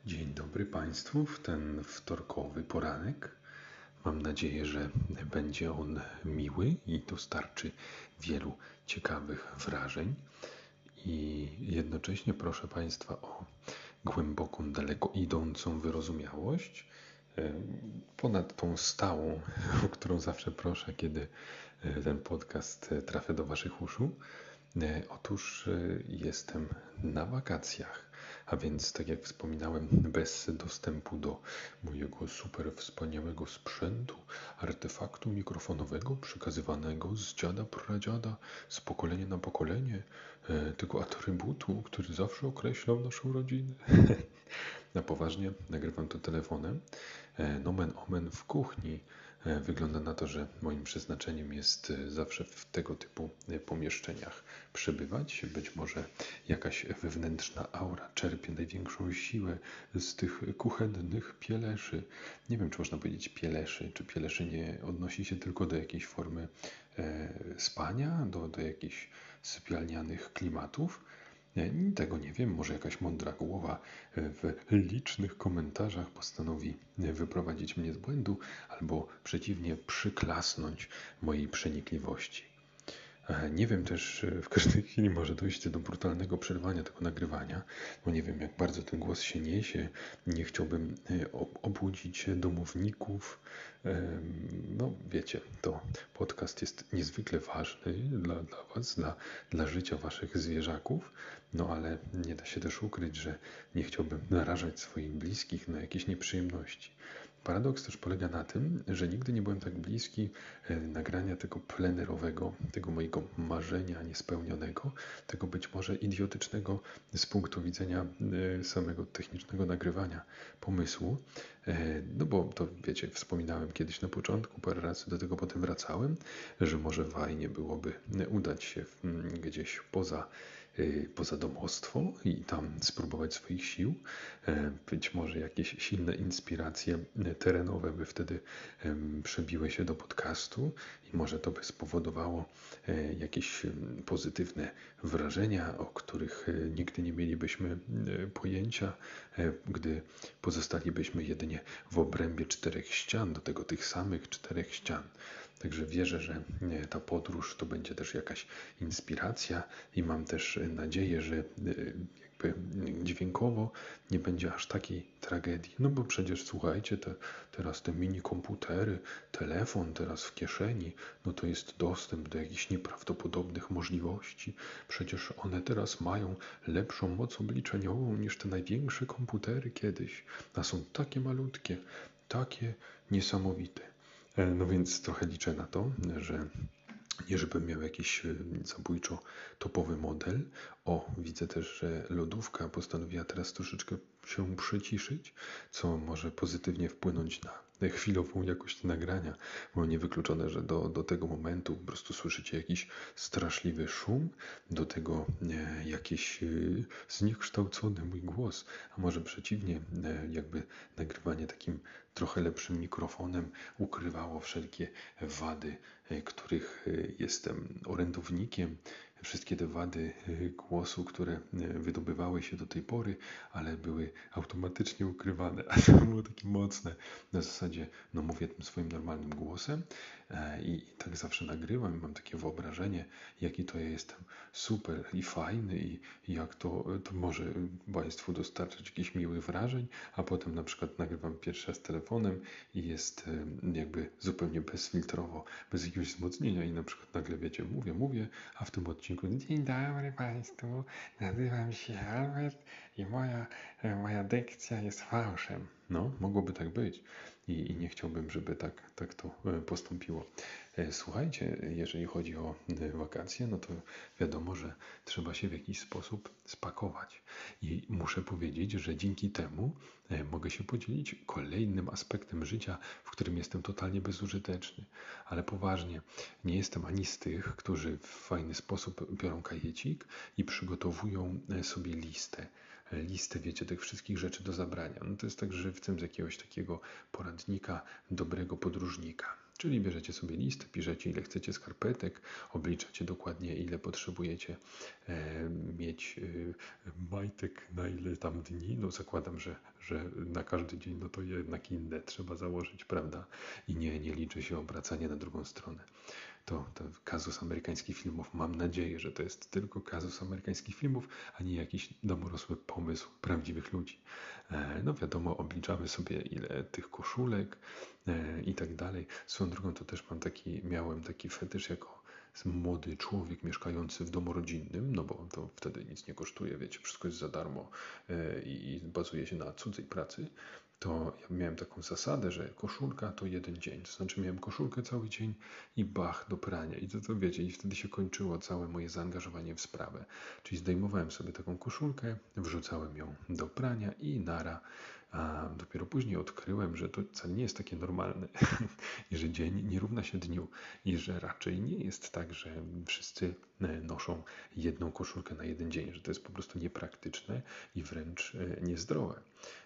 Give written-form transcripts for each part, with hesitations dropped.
Dzień dobry Państwu w ten wtorkowy poranek. Mam nadzieję, że będzie on miły i dostarczy wielu ciekawych wrażeń. I jednocześnie proszę Państwa o głęboką, daleko idącą wyrozumiałość ponad tą stałą, o którą zawsze proszę, kiedy ten podcast trafia do Waszych uszu. Otóż jestem na wakacjach, a więc tak jak wspominałem, bez dostępu do mojego super wspaniałego sprzętu, artefaktu mikrofonowego przekazywanego z dziada pradziada, z pokolenia na pokolenie, tego atrybutu, który zawsze określał naszą rodzinę. Na poważnie nagrywam to telefonem. Nomen omen w kuchni. Wygląda na to, że moim przeznaczeniem jest zawsze w tego typu pomieszczeniach przebywać. Być może jakaś wewnętrzna aura czerpie największą siłę z tych kuchennych pieleszy. Nie wiem, czy można powiedzieć pieleszy, czy pieleszy nie odnosi się tylko do jakiejś formy spania, do jakichś sypialnianych klimatów. Tego nie wiem, może jakaś mądra głowa w licznych komentarzach postanowi wyprowadzić mnie z błędu, albo przeciwnie, przyklasnąć mojej przenikliwości. Nie wiem też, w każdej chwili może dojść do brutalnego przerwania tego nagrywania, bo nie wiem, jak bardzo ten głos się niesie. Nie chciałbym obudzić domowników. No wiecie, to podcast jest niezwykle ważny dla Was, dla życia Waszych zwierzaków, no ale nie da się też ukryć, że nie chciałbym narażać swoich bliskich na jakieś nieprzyjemności. Paradoks też polega na tym, że nigdy nie byłem tak bliski nagrania tego plenerowego, tego mojego marzenia niespełnionego, tego być może idiotycznego z punktu widzenia samego technicznego nagrywania pomysłu. No bo to wiecie, wspominałem kiedyś na początku, parę razy do tego potem wracałem, że może fajnie byłoby udać się gdzieś poza domostwo i tam spróbować swoich sił. Być może jakieś silne inspiracje terenowe by wtedy przebiły się do podcastu i może to by spowodowało jakieś pozytywne wrażenia, o których nigdy nie mielibyśmy pojęcia, gdy pozostalibyśmy jedynie w obrębie 4 ścian, do tego tych samych 4 ścian. Także wierzę, że ta podróż to będzie też jakaś inspiracja i mam też nadzieję, że jakby dźwiękowo nie będzie aż takiej tragedii. No bo przecież słuchajcie, teraz te mini komputery, telefon teraz w kieszeni, no to jest dostęp do jakichś nieprawdopodobnych możliwości. Przecież one teraz mają lepszą moc obliczeniową niż te największe komputery kiedyś, a są takie malutkie, takie niesamowite. No więc trochę liczę na to, że nie żebym miał jakiś zabójczo topowy model. Widzę też, że lodówka postanowiła teraz troszeczkę się przyciszyć, co może pozytywnie wpłynąć na chwilową jakość nagrania, bo niewykluczone, że do tego momentu po prostu słyszycie jakiś straszliwy szum, do tego jakiś zniekształcony mój głos, a może przeciwnie, jakby nagrywanie takim trochę lepszym mikrofonem ukrywało wszelkie wady, których jestem orędownikiem. Wszystkie te wady głosu, które wydobywały się do tej pory, ale były automatycznie ukrywane, a to było takie mocne. Na zasadzie, no mówię tym swoim normalnym głosem i tak zawsze nagrywam i mam takie wyobrażenie, jaki to ja jestem super i fajny i jak to może Państwu dostarczyć jakichś miłych wrażeń, a potem na przykład nagrywam pierwszy raz telefonem i jest jakby zupełnie bezfiltrowo, bez jakiegoś wzmocnienia i na przykład nagle wiecie, mówię, a w tym odcinku dzień dobry Państwu, nazywam się Albert i moja dykcja jest fałszem. No, mogłoby tak być i nie chciałbym, żeby tak to postąpiło. Słuchajcie, jeżeli chodzi o wakacje, no to wiadomo, że trzeba się w jakiś sposób spakować. I muszę powiedzieć, że dzięki temu mogę się podzielić kolejnym aspektem życia, w którym jestem totalnie bezużyteczny. Ale poważnie, nie jestem ani z tych, którzy w fajny sposób biorą kajecik i przygotowują sobie listę, wiecie, tych wszystkich rzeczy do zabrania. No to jest tak żywcem z jakiegoś takiego poradnika dobrego podróżnika. Czyli bierzecie sobie list, piszecie ile chcecie skarpetek, obliczacie dokładnie ile potrzebujecie mieć majtek na ile tam dni. No zakładam, że na każdy dzień no to jednak inne trzeba założyć, prawda? I nie liczy się obracanie na drugą stronę. To kazus amerykańskich filmów. Mam nadzieję, że to jest tylko kazus amerykańskich filmów, a nie jakiś domorosły pomysł prawdziwych ludzi. No wiadomo, obliczamy sobie ile tych koszulek i tak dalej. Swoją drogą to też miałem taki fetysz jako młody człowiek mieszkający w domu rodzinnym, no bo to wtedy nic nie kosztuje, wiecie, wszystko jest za darmo i bazuje się na cudzej pracy. To ja miałem taką zasadę, że koszulka to jeden dzień. To znaczy miałem koszulkę cały dzień i bach do prania. I to wiecie, i wtedy się kończyło całe moje zaangażowanie w sprawę. Czyli zdejmowałem sobie taką koszulkę, wrzucałem ją do prania i nara. A dopiero później odkryłem, że to wcale nie jest takie normalne i że dzień nie równa się dniu i że raczej nie jest tak, że wszyscy noszą jedną koszulkę na jeden dzień, że to jest po prostu niepraktyczne i wręcz niezdrowe.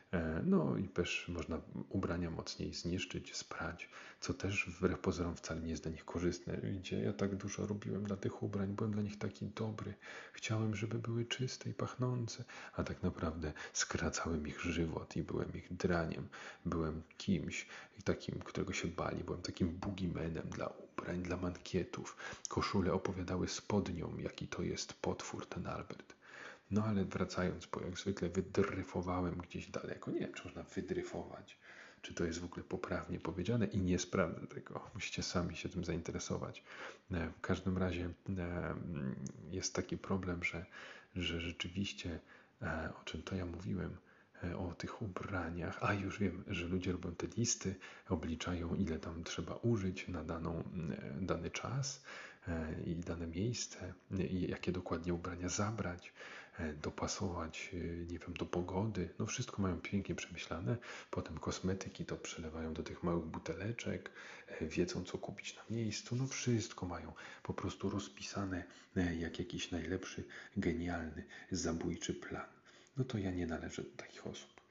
No i też można ubrania mocniej zniszczyć, sprać, co też wbrew pozorom wcale nie jest dla nich korzystne. Widzicie, ja tak dużo robiłem dla tych ubrań, byłem dla nich taki dobry. Chciałem, żeby były czyste i pachnące, a tak naprawdę skracałem ich żywot i byłem ich draniem. Byłem kimś takim, którego się bali. Byłem takim boogeymanem dla ubrań, dla mankietów. Koszule opowiadały spodniom, jaki to jest potwór ten Albert. No ale wracając, bo jak zwykle wydryfowałem gdzieś daleko. Nie wiem, czy można wydryfować, czy to jest w ogóle poprawnie powiedziane i nie sprawdzę tego. Musicie sami się tym zainteresować. W każdym razie jest taki problem, że rzeczywiście, o czym to ja mówiłem, o tych ubraniach, a już wiem, że ludzie robią te listy, obliczają ile tam trzeba użyć na dany czas i dane miejsce, i jakie dokładnie ubrania zabrać, dopasować, nie wiem, do pogody. No wszystko mają pięknie przemyślane. Potem kosmetyki to przelewają do tych małych buteleczek, wiedzą co kupić na miejscu. No wszystko mają po prostu rozpisane jak jakiś najlepszy, genialny, zabójczy plan. No to ja nie należę do takich osób.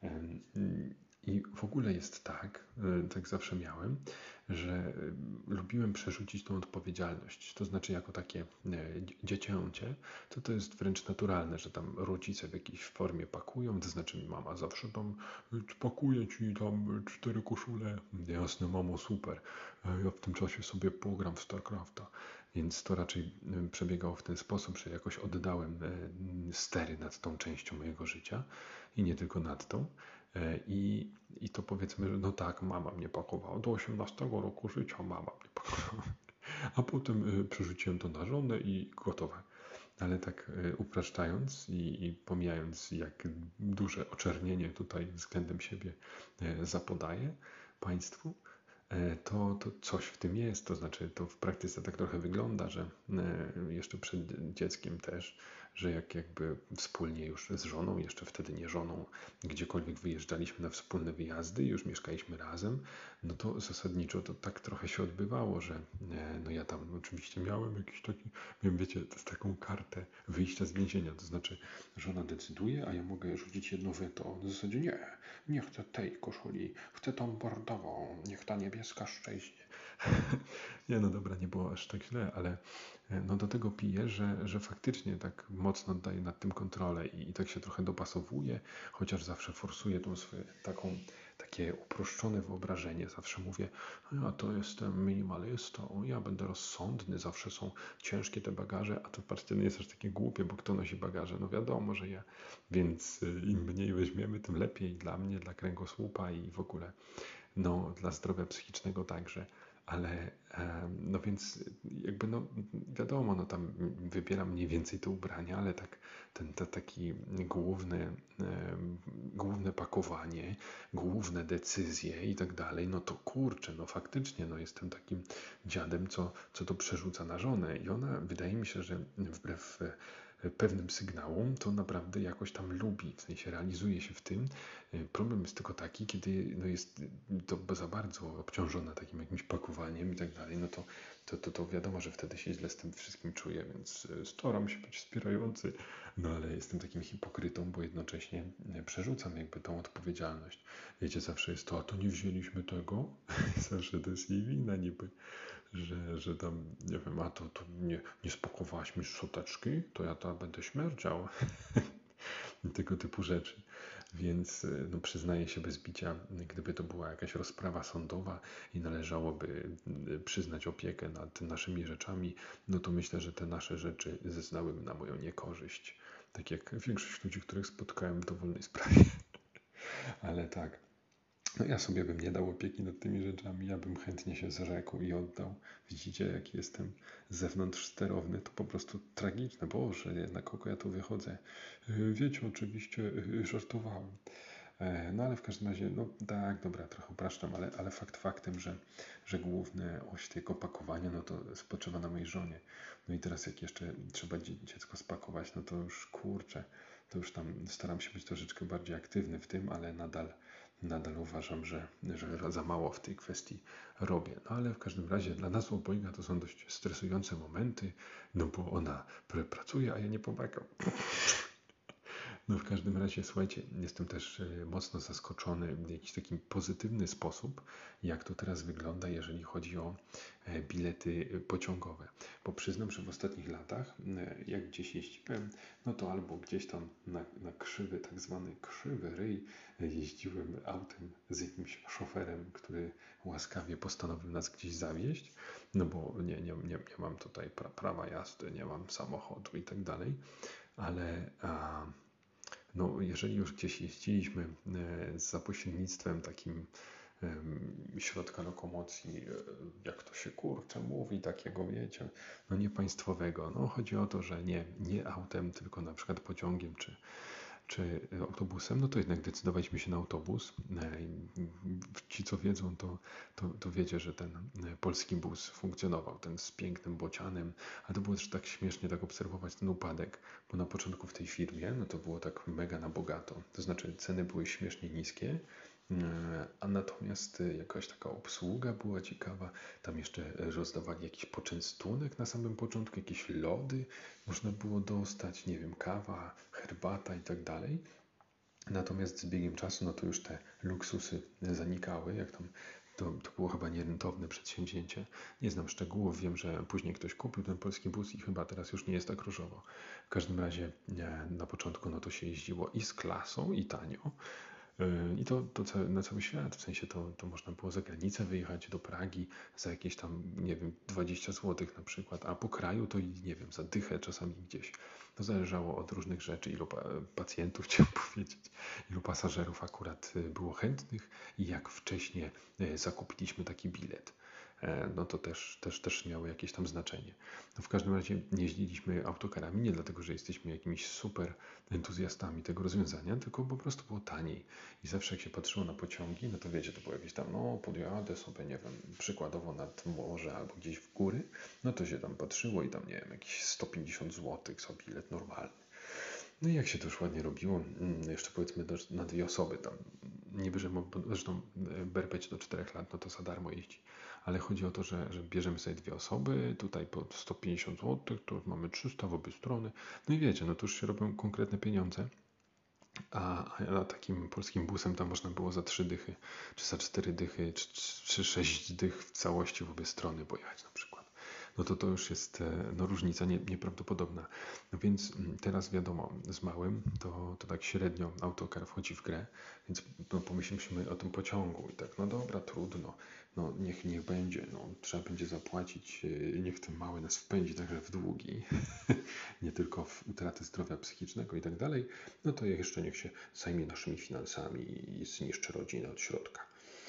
I w ogóle jest tak zawsze miałem, że lubiłem przerzucić tą odpowiedzialność. To znaczy jako takie dziecięcie, to jest wręcz naturalne, że tam rodzice w jakiejś formie pakują, to znaczy mama zawsze tam pakuje ci tam 4 koszule. Jasne, mamo, super. Ja w tym czasie sobie pogram w StarCrafta. Więc to raczej przebiegało w ten sposób, że jakoś oddałem stery nad tą częścią mojego życia i nie tylko nad tą. I to powiedzmy, że no tak, mama mnie pakowała. Do 18 roku życia mama mnie pakowała. A potem przerzuciłem to na żonę i gotowe. Ale tak upraszczając i pomijając, jak duże oczernienie tutaj względem siebie zapodaję Państwu, to coś w tym jest. To znaczy, to w praktyce tak trochę wygląda, że jeszcze przed dzieckiem też, że jakby wspólnie już z żoną, jeszcze wtedy nie żoną, gdziekolwiek wyjeżdżaliśmy na wspólne wyjazdy i już mieszkaliśmy razem, no to zasadniczo to tak trochę się odbywało, że no ja tam oczywiście miałem jakiś taki, wiecie, to jest taką kartę wyjścia z więzienia, to znaczy żona decyduje, a ja mogę rzucić jedno weto. W zasadzie nie chcę tej koszuli, chcę tą bordową, niech ta niebieska szczęście. Nie, no dobra, nie było aż tak źle, ale no do tego piję, że faktycznie tak mocno daję nad tym kontrolę i tak się trochę dopasowuję, chociaż zawsze forsuję tą swoją takie uproszczone wyobrażenie. Zawsze mówię, ja to jestem minimalistą, ja będę rozsądny, zawsze są ciężkie te bagaże, a to patrzcie, nie jest aż takie głupie, bo kto nosi bagaże? No wiadomo, że ja. Więc im mniej weźmiemy, tym lepiej dla mnie, dla kręgosłupa i w ogóle no, dla zdrowia psychicznego także. Ale no więc jakby no wiadomo, no tam wybieram mniej więcej te ubrania, ale tak taki główne pakowanie, główne decyzje i tak dalej, no to kurczę, no faktycznie no jestem takim dziadem, co to przerzuca na żonę i ona wydaje mi się, że wbrew pewnym sygnałom, to naprawdę jakoś tam lubi, w sensie realizuje się w tym. Problem jest tylko taki, kiedy no jest to za bardzo obciążona takim jakimś pakowaniem i tak dalej, no to to wiadomo, że wtedy się źle z tym wszystkim czuję, więc staram się być wspierający, no ale jestem takim hipokrytą, bo jednocześnie przerzucam jakby tą odpowiedzialność. Wiecie, zawsze jest to, a to nie wzięliśmy tego, zawsze to jest jej wina niby, że tam, nie wiem, a to nie spakowałaś mi szczoteczki, to ja tam będę śmierdział. I tego typu rzeczy. Więc no, przyznaję się bez bicia, gdyby to była jakaś rozprawa sądowa i należałoby przyznać opiekę nad naszymi rzeczami, no to myślę, że te nasze rzeczy zeznałyby na moją niekorzyść. Tak jak większość ludzi, których spotkałem w dowolnej sprawie. Ale tak. No ja sobie bym nie dał opieki nad tymi rzeczami, ja bym chętnie się zrzekł i oddał. Widzicie, jaki jestem z zewnątrz sterowny, to po prostu tragiczne. Boże, na kogo ja tu wychodzę? Wiecie, oczywiście żartowałem. No ale w każdym razie, no tak, dobra, trochę upraszczam, ale fakt faktem, że główny oś tego pakowania, no to spoczywa na mojej żonie. No i teraz jak jeszcze trzeba dziecko spakować, no to już kurczę, to już tam staram się być troszeczkę bardziej aktywny w tym, ale nadal uważam, że za mało w tej kwestii robię. No ale w każdym razie dla nas obojga to są dość stresujące momenty, no bo ona pracuje, a ja nie pomagam. No w każdym razie, słuchajcie, jestem też mocno zaskoczony w jakiś taki pozytywny sposób, jak to teraz wygląda, jeżeli chodzi o bilety pociągowe. Bo przyznam, że w ostatnich latach, jak gdzieś jeździłem, no to albo gdzieś tam na krzywy, tak zwany krzywy ryj, jeździłem autem z jakimś szoferem, który łaskawie postanowił nas gdzieś zawieźć, no bo nie mam tutaj prawa jazdy, nie mam samochodu i tak dalej, ale no, jeżeli już gdzieś jeździliśmy za pośrednictwem takim środka lokomocji, jak to się kurczę mówi, takiego wiecie, no nie państwowego. No chodzi o to, że nie autem, tylko na przykład pociągiem czy autobusem, no to jednak decydowaliśmy się na autobus. Ci, co wiedzą, to wiecie, że ten polski bus funkcjonował, ten z pięknym bocianem, a to było też tak śmiesznie tak obserwować ten upadek, bo na początku w tej firmie, no to było tak mega na bogato, to znaczy ceny były śmiesznie niskie, a natomiast jakaś taka obsługa była ciekawa, tam jeszcze rozdawali jakiś poczęstunek na samym początku, jakieś lody można było dostać, nie wiem, kawa, herbata i tak dalej. Natomiast z biegiem czasu, no to już te luksusy zanikały, jak tam to było chyba nierentowne przedsięwzięcie. Nie znam szczegółów, wiem, że później ktoś kupił ten polski bus i chyba teraz już nie jest tak różowo. W każdym razie na początku no to się jeździło i z klasą, i tanio. I to na cały świat, w sensie to można było za granicę wyjechać do Pragi za jakieś tam, nie wiem, 20 zł na przykład, a po kraju to nie wiem, za dychę czasami gdzieś. To zależało od różnych rzeczy, ilu pacjentów, chciałem powiedzieć, ilu pasażerów akurat było chętnych i jak wcześnie zakupiliśmy taki bilet. No to też miało jakieś tam znaczenie. No w każdym razie jeździliśmy autokarami nie dlatego, że jesteśmy jakimiś super entuzjastami tego rozwiązania, tylko po prostu było taniej. I zawsze jak się patrzyło na pociągi, no to wiecie, to było jakieś tam, no podjadę sobie, nie wiem, przykładowo nad morze albo gdzieś w góry, no to się tam patrzyło i tam, nie wiem, jakieś 150 zł za bilet normalny. No i jak się to już ładnie robiło, jeszcze powiedzmy na dwie osoby tam, niby, że zresztą berbeć do 4 lat, no to za darmo jeździ. Ale chodzi o to, że bierzemy sobie dwie osoby, tutaj po 150 zł, to mamy 300 w obie strony. No i wiecie, no to już się robią konkretne pieniądze. A takim polskim busem tam można było za 3 dychy, czy za 4 dychy, czy 6 dych w całości w obie strony pojechać na przykład. No to już jest no, różnica nieprawdopodobna. No więc teraz wiadomo, z małym to tak średnio autokar wchodzi w grę, więc no, pomyśleliśmy o tym pociągu i tak, no dobra, trudno, no niech będzie, no trzeba będzie zapłacić, niech ten mały nas wpędzi także w długi, nie tylko w utratę zdrowia psychicznego i tak dalej, no to jeszcze niech się zajmie naszymi finansami i zniszczy rodzinę od środka.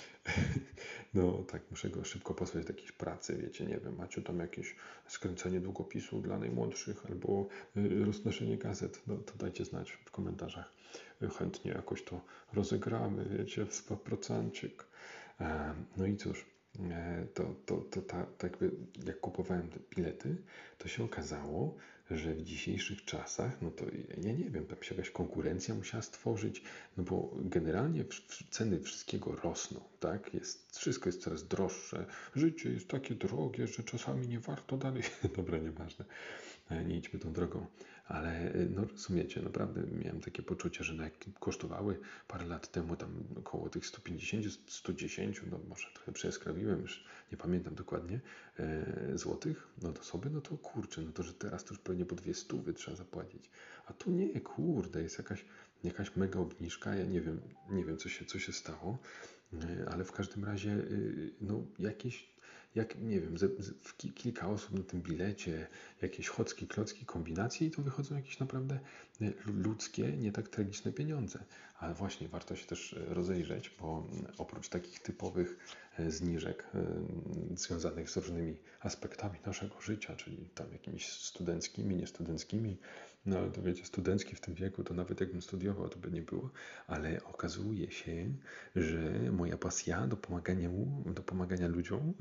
No tak, muszę go szybko posłać do jakiejś pracy, wiecie, nie wiem, macie tam jakieś skręcenie długopisu dla najmłodszych albo roznoszenie gazet, no to dajcie znać w komentarzach. Chętnie jakoś to rozegramy, wiecie, w 100%. No i cóż, tak jakby jak kupowałem te bilety, to się okazało, że w dzisiejszych czasach, no to ja nie wiem, tam się jakaś konkurencja musiała stworzyć, no bo generalnie ceny wszystkiego rosną, tak? Wszystko jest coraz droższe, życie jest takie drogie, że czasami nie warto dalej, dobra, nieważne, nie idźmy tą drogą, ale no rozumiecie, naprawdę miałem takie poczucie, że jak kosztowały parę lat temu tam około tych 150-110, no może trochę przeskrawiłem, już nie pamiętam dokładnie, złotych, no to sobie, no to kurczę, no to, że teraz to już pewnie po 200 trzeba zapłacić, a tu nie, kurde, jest jakaś mega obniżka, ja nie wiem co się stało, ale w każdym razie, no nie wiem, kilka osób na tym bilecie, jakieś chocki, klocki, kombinacje i to wychodzą jakieś naprawdę ludzkie, nie tak tragiczne pieniądze. Ale właśnie warto się też rozejrzeć, bo oprócz takich typowych zniżek związanych z różnymi aspektami naszego życia, czyli tam jakimiś studenckimi, niestudenckimi, no ale to wiecie, studencki w tym wieku, to nawet jakbym studiował, to by nie było, ale okazuje się, że moja pasja do pomagania ludziom,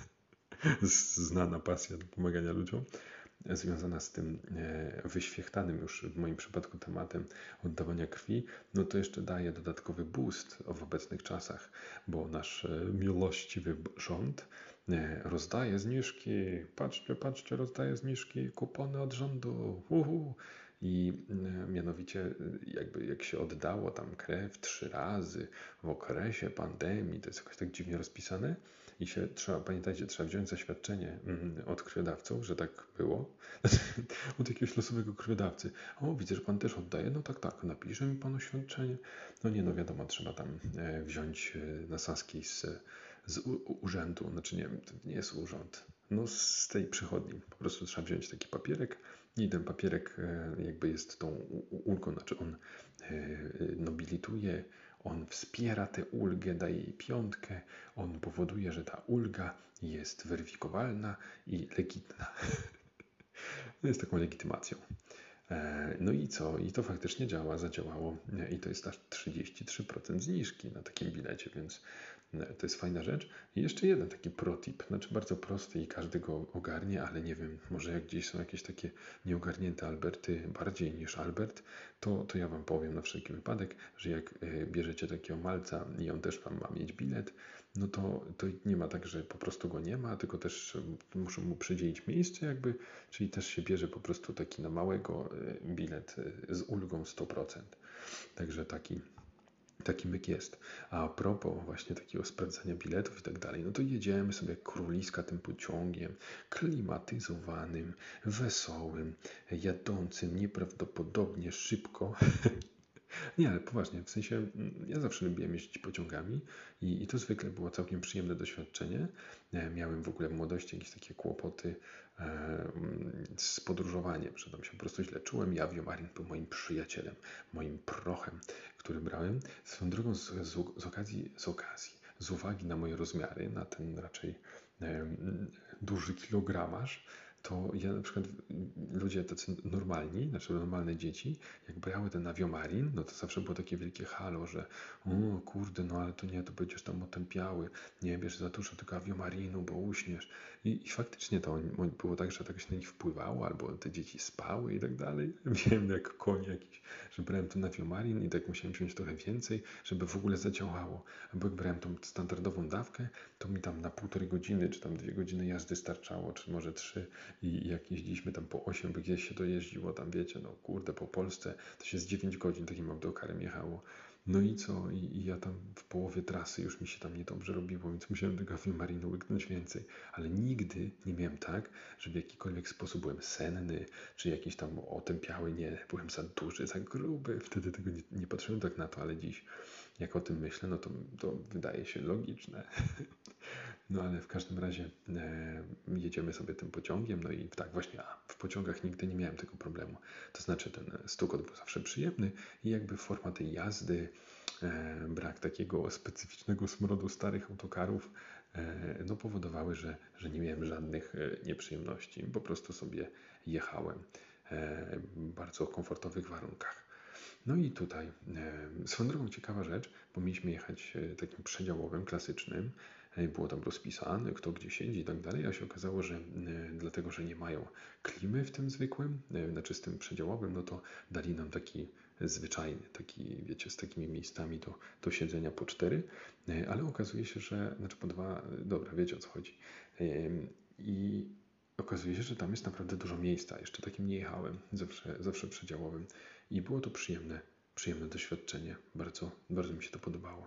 znana pasja do pomagania ludziom, związana z tym wyświechtanym już w moim przypadku tematem oddawania krwi, no to jeszcze daje dodatkowy boost w obecnych czasach, bo nasz miłościwy rząd rozdaje zniżki, patrzcie, rozdaje zniżki, kupony od rządu, I mianowicie jakby jak się oddało tam krew 3 razy w okresie pandemii, to jest jakoś tak dziwnie rozpisane i pamiętajcie, trzeba wziąć zaświadczenie od krwiodawców, że tak było, od jakiegoś losowego krwiodawcy. O, widzę, że pan też oddaje, no tak, napisze mi pan oświadczenie. No nie, no wiadomo, trzeba tam wziąć na Saskiej z urzędu, znaczy nie wiem, to nie jest urząd, no z tej przychodni. Po prostu trzeba wziąć taki papierek i ten papierek jakby jest tą ulgą, znaczy on nobilituje, on wspiera tę ulgę, daje jej 5, on powoduje, że ta ulga jest weryfikowalna i legitna. Jest taką legitymacją. No i co? I to faktycznie zadziałało i to jest aż 33% zniżki na takim bilecie, więc to jest fajna rzecz. I jeszcze jeden taki protip, znaczy bardzo prosty i każdy go ogarnie, ale nie wiem, może jak gdzieś są jakieś takie nieogarnięte Alberty bardziej niż Albert, to ja wam powiem na wszelki wypadek, że jak bierzecie takiego malca i on też wam ma mieć bilet, no to nie ma tak, że po prostu go nie ma, tylko też muszą mu przydzielić miejsce jakby, czyli też się bierze po prostu taki na małego bilet z ulgą 100%. Także taki myk jest. A propos właśnie takiego sprawdzania biletów i tak dalej, no to jedziemy sobie jak króliska tym pociągiem, klimatyzowanym, wesołym, jadącym nieprawdopodobnie szybko. Nie, ale poważnie, w sensie ja zawsze lubiłem jeździć pociągami i to zwykle było całkiem przyjemne doświadczenie. Miałem w ogóle w młodości jakieś takie kłopoty z podróżowaniem, że tam się po prostu źle czułem i Aviomarin był moim przyjacielem, moim prochem, który brałem. Swoją drogą z uwagi na moje rozmiary, na ten raczej duży kilogramarz, to ja na przykład ludzie tacy normalni, znaczy normalne dzieci, jak brały ten Aviomarin, no to zawsze było takie wielkie halo, że o kurde, no ale to nie, to będziesz tam otępiały, nie bierz za dużo tego Aviomarinu, bo uśniesz. I faktycznie to było tak, że tak się na nich wpływało, albo te dzieci spały i tak dalej. Wiem, jak koń jakiś, że brałem ten Aviomarin i tak musiałem wziąć trochę więcej, żeby w ogóle zadziałało. Albo jak brałem tą standardową dawkę, to mi tam na 1,5 godziny, czy tam 2 godziny jazdy starczało, czy może 3. I jak jeździliśmy tam po 8, by gdzieś się to jeździło, tam wiecie, no kurde, po Polsce to się z 9 godzin takim autokarem jechało. No i co? I ja tam w połowie trasy już mi się tam niedobrze robiło, więc musiałem tego Aviomarinu łyknąć więcej. Ale nigdy nie miałem tak, że w jakikolwiek sposób byłem senny, czy jakiś tam otępiały. Nie, byłem za duży, za gruby. Wtedy tego nie patrzyłem tak na to, ale dziś jak o tym myślę, no to wydaje się logiczne. No ale w każdym razie jedziemy sobie tym pociągiem, no i tak właśnie, w pociągach nigdy nie miałem tego problemu. To znaczy ten stukot był zawsze przyjemny i jakby forma tej jazdy, brak takiego specyficznego smrodu starych autokarów, no powodowały, że nie miałem żadnych nieprzyjemności. Po prostu sobie jechałem w bardzo komfortowych warunkach. No i tutaj swoją drogą ciekawa rzecz, bo mieliśmy jechać takim przedziałowym, klasycznym, było tam rozpisane, kto gdzie siedzi i tak dalej, a się okazało, że dlatego, że nie mają klimy w tym zwykłym, znaczy z tym przedziałowym, no to dali nam taki zwyczajny, taki, wiecie, z takimi miejscami do siedzenia po 4, ale okazuje się, że, znaczy po 2, dobra, wiecie o co chodzi. I okazuje się, że tam jest naprawdę dużo miejsca. Jeszcze takim nie jechałem, zawsze przedziałowym. I było to przyjemne doświadczenie. Bardzo, bardzo mi się to podobało.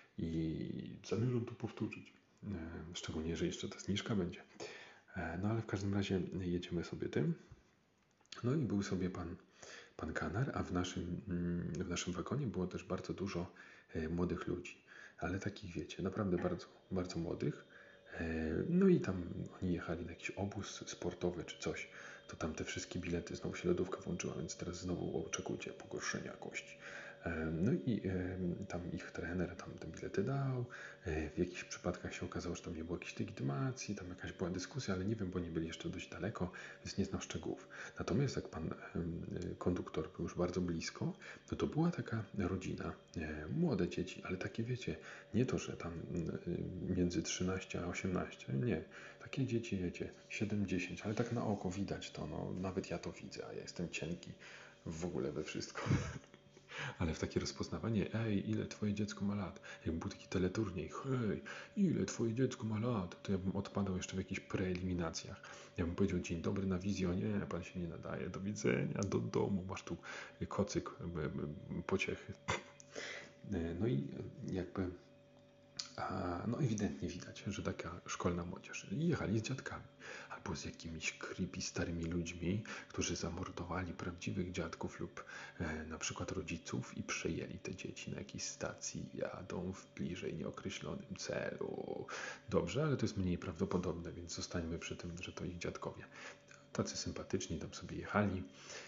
I zamierzam to powtórzyć. Szczególnie, że jeszcze ta zniżka będzie. No ale w każdym razie jedziemy sobie tym. No i był sobie pan Kanar, a w naszym wagonie było też bardzo dużo młodych ludzi. Ale takich, wiecie, naprawdę bardzo, bardzo młodych. No i tam oni jechali na jakiś obóz sportowy czy coś. To tam te wszystkie bilety, znowu się lodówka włączyła, więc teraz znowu oczekujcie pogorszenia jakości. No i tam ich trener tam te bilety dał. W jakichś przypadkach się okazało, że tam nie było jakiejś legitymacji, tam jakaś była dyskusja, ale nie wiem, bo nie byli jeszcze dość daleko, więc nie znam szczegółów. Natomiast jak pan konduktor był już bardzo blisko, to była taka rodzina, młode dzieci, ale takie wiecie, nie to, że tam między 13 a 18, nie. Takie dzieci, wiecie, 7-10, ale tak na oko widać to, no nawet ja to widzę, a ja jestem cienki w ogóle we wszystko. Ale w takie rozpoznawanie, ile twoje dziecko ma lat? Jakby był taki teleturniej, hej, ile twoje dziecko ma lat? To ja bym odpadał jeszcze w jakichś preeliminacjach. Ja bym powiedział, dzień dobry na wizję, nie, pan się nie nadaje, do widzenia, do domu, masz tu kocyk, pociechy. No i jakby no ewidentnie widać, że taka szkolna młodzież. Jechali z dziadkami albo z jakimiś creepy starymi ludźmi, którzy zamordowali prawdziwych dziadków lub na przykład rodziców i przejęli te dzieci na jakiejś stacji, jadą w bliżej nieokreślonym celu. Dobrze, ale to jest mniej prawdopodobne, więc zostańmy przy tym, że to ich dziadkowie. Tacy sympatyczni tam sobie jechali.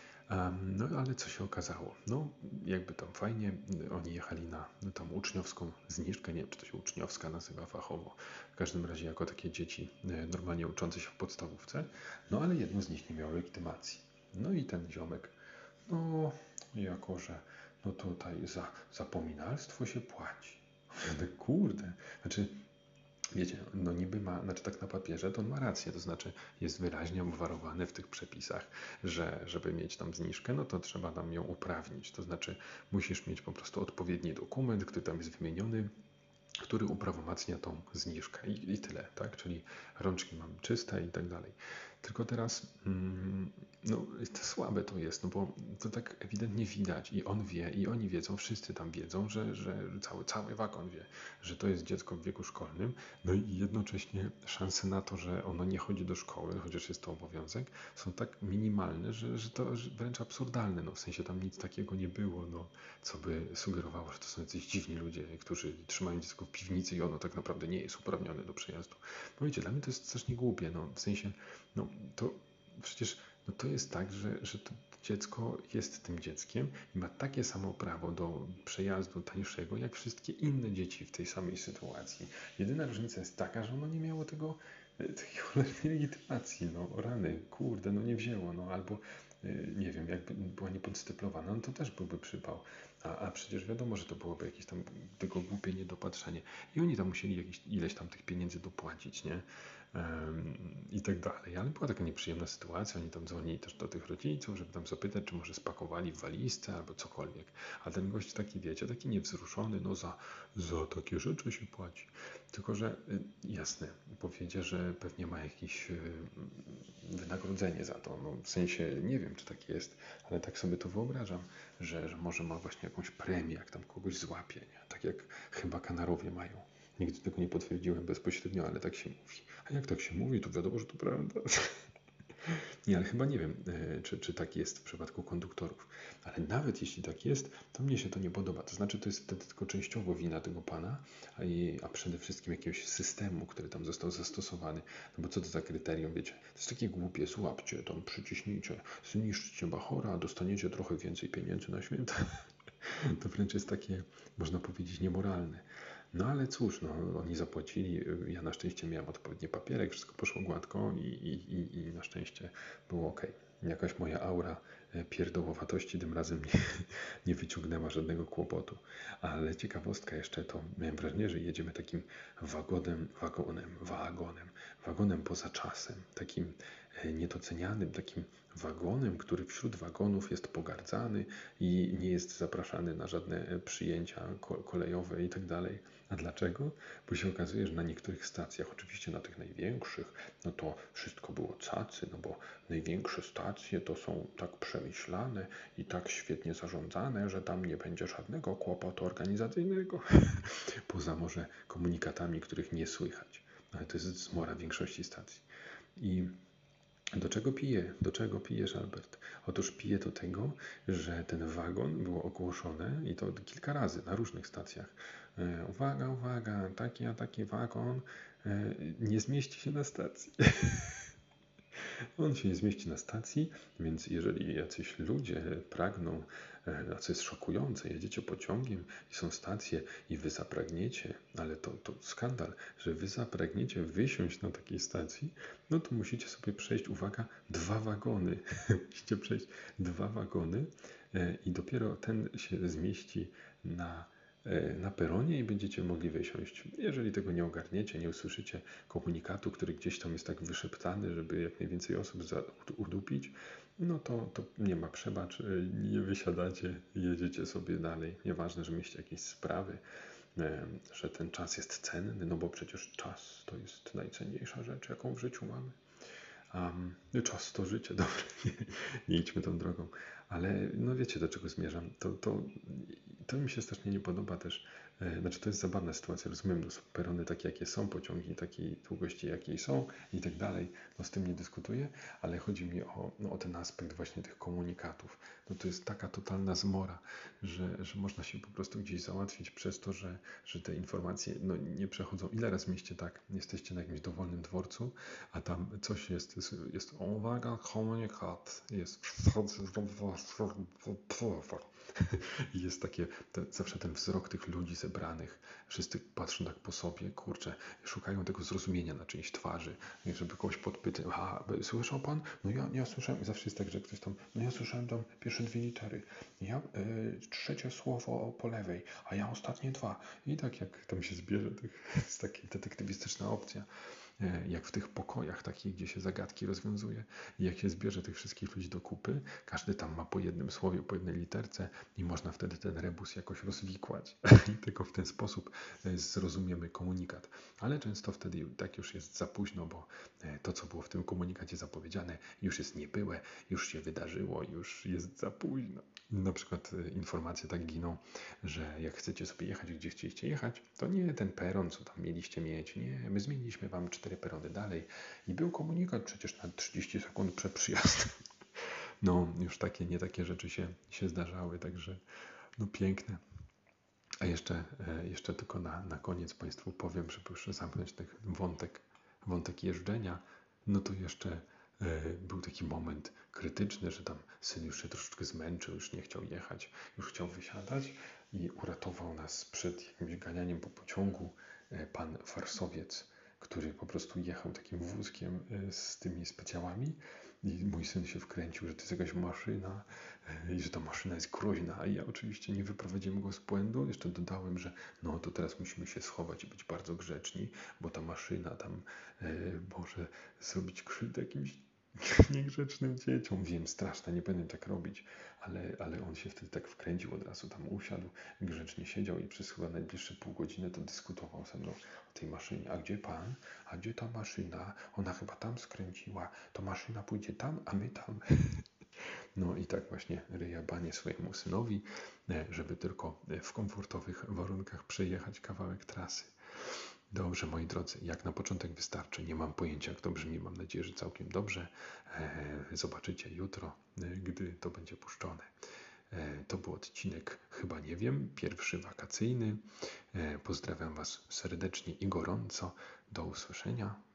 No ale co się okazało? No jakby tam fajnie, oni jechali na tą uczniowską zniżkę, nie wiem czy to się uczniowska nazywa fachowo, w każdym razie jako takie dzieci normalnie uczące się w podstawówce, no ale jedno z nich nie miało legitymacji. No i ten ziomek, no jako że no tutaj za zapominalstwo się płaci. Kurde, znaczy wiecie, no niby ma, znaczy tak na papierze to on ma rację, to znaczy jest wyraźnie obwarowane w tych przepisach, że żeby mieć tam zniżkę, no to trzeba nam ją uprawnić, to znaczy musisz mieć po prostu odpowiedni dokument, który tam jest wymieniony, który uprawomacnia tą zniżkę i tyle, tak? Czyli rączki mam czyste i tak dalej. Tylko teraz, no to słabe to jest, no bo to tak ewidentnie widać i on wie, i oni wiedzą, wszyscy tam wiedzą, że cały wagon wie, że to jest dziecko w wieku szkolnym, no i jednocześnie szanse na to, że ono nie chodzi do szkoły, chociaż jest to obowiązek, są tak minimalne, że to wręcz absurdalne, no w sensie tam nic takiego nie było, no co by sugerowało, że to są jacyś dziwni ludzie, którzy trzymają dziecko w piwnicy i ono tak naprawdę nie jest uprawnione do przejazdu. No wiecie, dla mnie to jest strasznie głupie, no w sensie, no to przecież no to jest tak, że to dziecko jest tym dzieckiem i ma takie samo prawo do przejazdu tańszego, jak wszystkie inne dzieci w tej samej sytuacji. Jedyna różnica jest taka, że ono nie miało tej cholernej legitymacji, no rany, kurde, no nie wzięło, no albo nie wiem, jakby była niepodystyplowana, no to też byłby przypał. A przecież wiadomo, że to byłoby jakieś tam tylko głupie niedopatrzenie. I oni tam musieli ileś tam tych pieniędzy dopłacić, nie? I tak dalej. Ale była taka nieprzyjemna sytuacja. Oni tam dzwonili też do tych rodziców, żeby tam zapytać, czy może spakowali w walizce albo cokolwiek. A ten gość taki, wiecie, taki niewzruszony, no za takie rzeczy się płaci. Tylko, że jasne, powiedzie, że pewnie ma jakieś wynagrodzenie za to. No, w sensie nie wiem, czy tak jest, ale tak sobie to wyobrażam, że może ma właśnie jakąś premię, jak tam kogoś złapie, nie? Tak jak chyba Kanarowie mają. Nigdy tego nie potwierdziłem bezpośrednio, ale tak się mówi. A jak tak się mówi, to wiadomo, że to prawda. Nie, ale chyba nie wiem, czy tak jest w przypadku konduktorów. Ale nawet jeśli tak jest, to mnie się to nie podoba. To znaczy, to jest wtedy tylko częściowo wina tego pana, a przede wszystkim jakiegoś systemu, który tam został zastosowany. No bo co to za kryterium, wiecie? To jest takie głupie, złapcie, tam przyciśnijcie, zniszczcie bachora, a dostaniecie trochę więcej pieniędzy na święta. To wręcz jest takie, można powiedzieć, niemoralne. No ale cóż, no, oni zapłacili, ja na szczęście miałem odpowiedni papierek, wszystko poszło gładko i na szczęście było ok. Jakaś moja aura pierdołowatości tym razem nie wyciągnęła żadnego kłopotu. Ale ciekawostka jeszcze to, miałem wrażenie, że jedziemy takim wagonem poza czasem, takim niedocenianym, takim wagonem, który wśród wagonów jest pogardzany i nie jest zapraszany na żadne przyjęcia kolejowe i tak dalej. A dlaczego? Bo się okazuje, że na niektórych stacjach, oczywiście na tych największych, no to wszystko było cacy, no bo największe stacje to są tak przemyślane i tak świetnie zarządzane, że tam nie będzie żadnego kłopotu organizacyjnego. Poza może komunikatami, których nie słychać. Ale to jest zmora większości stacji. I do czego piję? Do czego pijesz, Albert? Otóż piję do tego, że ten wagon było ogłoszone i to kilka razy na różnych stacjach. Uwaga, uwaga, taki wagon nie zmieści się na stacji. On się nie zmieści na stacji, więc jeżeli jacyś ludzie pragną, a co jest szokujące, jedziecie pociągiem i są stacje i wy zapragniecie, ale to skandal, że wy zapragniecie wysiąść na takiej stacji, no to musicie sobie przejść, uwaga, 2 wagony. Musicie przejść 2 wagony i dopiero ten się zmieści na peronie i będziecie mogli wysiąść. Jeżeli tego nie ogarniecie, nie usłyszycie komunikatu, który gdzieś tam jest tak wyszeptany, żeby jak najwięcej osób udupić, no to nie ma przebacz, nie wysiadacie, jedziecie sobie dalej. Nieważne, że mieliście jakieś sprawy, że ten czas jest cenny, no bo przecież czas to jest najcenniejsza rzecz, jaką w życiu mamy. Czas to życie, dobrze, nie idźmy tą drogą, ale no wiecie, do czego zmierzam. To mi się strasznie nie podoba też, znaczy to jest zabawna sytuacja, rozumiem, no są perony takie, jakie są, pociągi takiej długości, jakiej są i tak dalej, no z tym nie dyskutuję, ale chodzi mi o ten aspekt właśnie tych komunikatów. No to jest taka totalna zmora, że można się po prostu gdzieś załatwić przez to, że te informacje no, nie przechodzą. Ile razy mieliście tak, jesteście na jakimś dowolnym dworcu, a tam coś jest uwaga, komunikat, jest i jest takie, zawsze ten wzrok tych ludzi zebranych, wszyscy patrzą tak po sobie, kurczę, szukają tego zrozumienia na czyjejś twarzy, żeby kogoś podpytać, słyszał pan? No ja słyszałem, i zawsze jest tak, że ktoś tam, no ja słyszałem tam pierwsze 2 litery, trzecie słowo po lewej, a ja ostatnie 2. I tak jak tam się zbierze, jest taka detektywistyczna opcja, jak w tych pokojach takich, gdzie się zagadki rozwiązuje i jak się zbierze tych wszystkich ludzi do kupy, każdy tam ma po jednym słowie, po jednej literce i można wtedy ten rebus jakoś rozwikłać i tylko w ten sposób zrozumiemy komunikat. Ale często wtedy tak już jest za późno, bo to, co było w tym komunikacie zapowiedziane, już jest niebyłe, już się wydarzyło, już jest za późno. Na przykład informacje tak giną, że jak chcecie sobie jechać, gdzie chcieliście jechać, to nie ten peron, co tam mieliście mieć, nie, my zmieniliśmy wam 4 perony dalej i był komunikat przecież na 30 sekund przed przyjazdem. No, już nie takie rzeczy się zdarzały, także no piękne. A jeszcze tylko na koniec Państwu powiem, żeby już zamknąć ten wątek jeżdżenia, no to jeszcze był taki moment krytyczny, że tam syn już się troszeczkę zmęczył, już nie chciał jechać, już chciał wysiadać i uratował nas przed jakimś ganianiem po pociągu pan Warsowiec, który po prostu jechał takim wózkiem z tymi specjałami i mój syn się wkręcił, że to jest jakaś maszyna i że ta maszyna jest groźna, a ja oczywiście nie wyprowadziłem go z błędu. Jeszcze dodałem, że no to teraz musimy się schować i być bardzo grzeczni, bo ta maszyna tam może zrobić krzywdę jakimś niegrzecznym dzieciom. Wiem, straszne, nie będę tak robić, ale on się wtedy tak wkręcił, od razu tam usiadł, grzecznie siedział i przez chyba najbliższe pół godziny to dyskutował ze mną o tej maszynie. A gdzie pan? A gdzie ta maszyna? Ona chyba tam skręciła. To maszyna pójdzie tam, a my tam. No i tak właśnie ryja banie swojemu synowi, żeby tylko w komfortowych warunkach przejechać kawałek trasy. Dobrze, moi drodzy, jak na początek wystarczy. Nie mam pojęcia, jak to brzmi. Mam nadzieję, że całkiem dobrze. Zobaczycie jutro, gdy to będzie puszczone. To był odcinek, chyba nie wiem, pierwszy wakacyjny. Pozdrawiam Was serdecznie i gorąco. Do usłyszenia.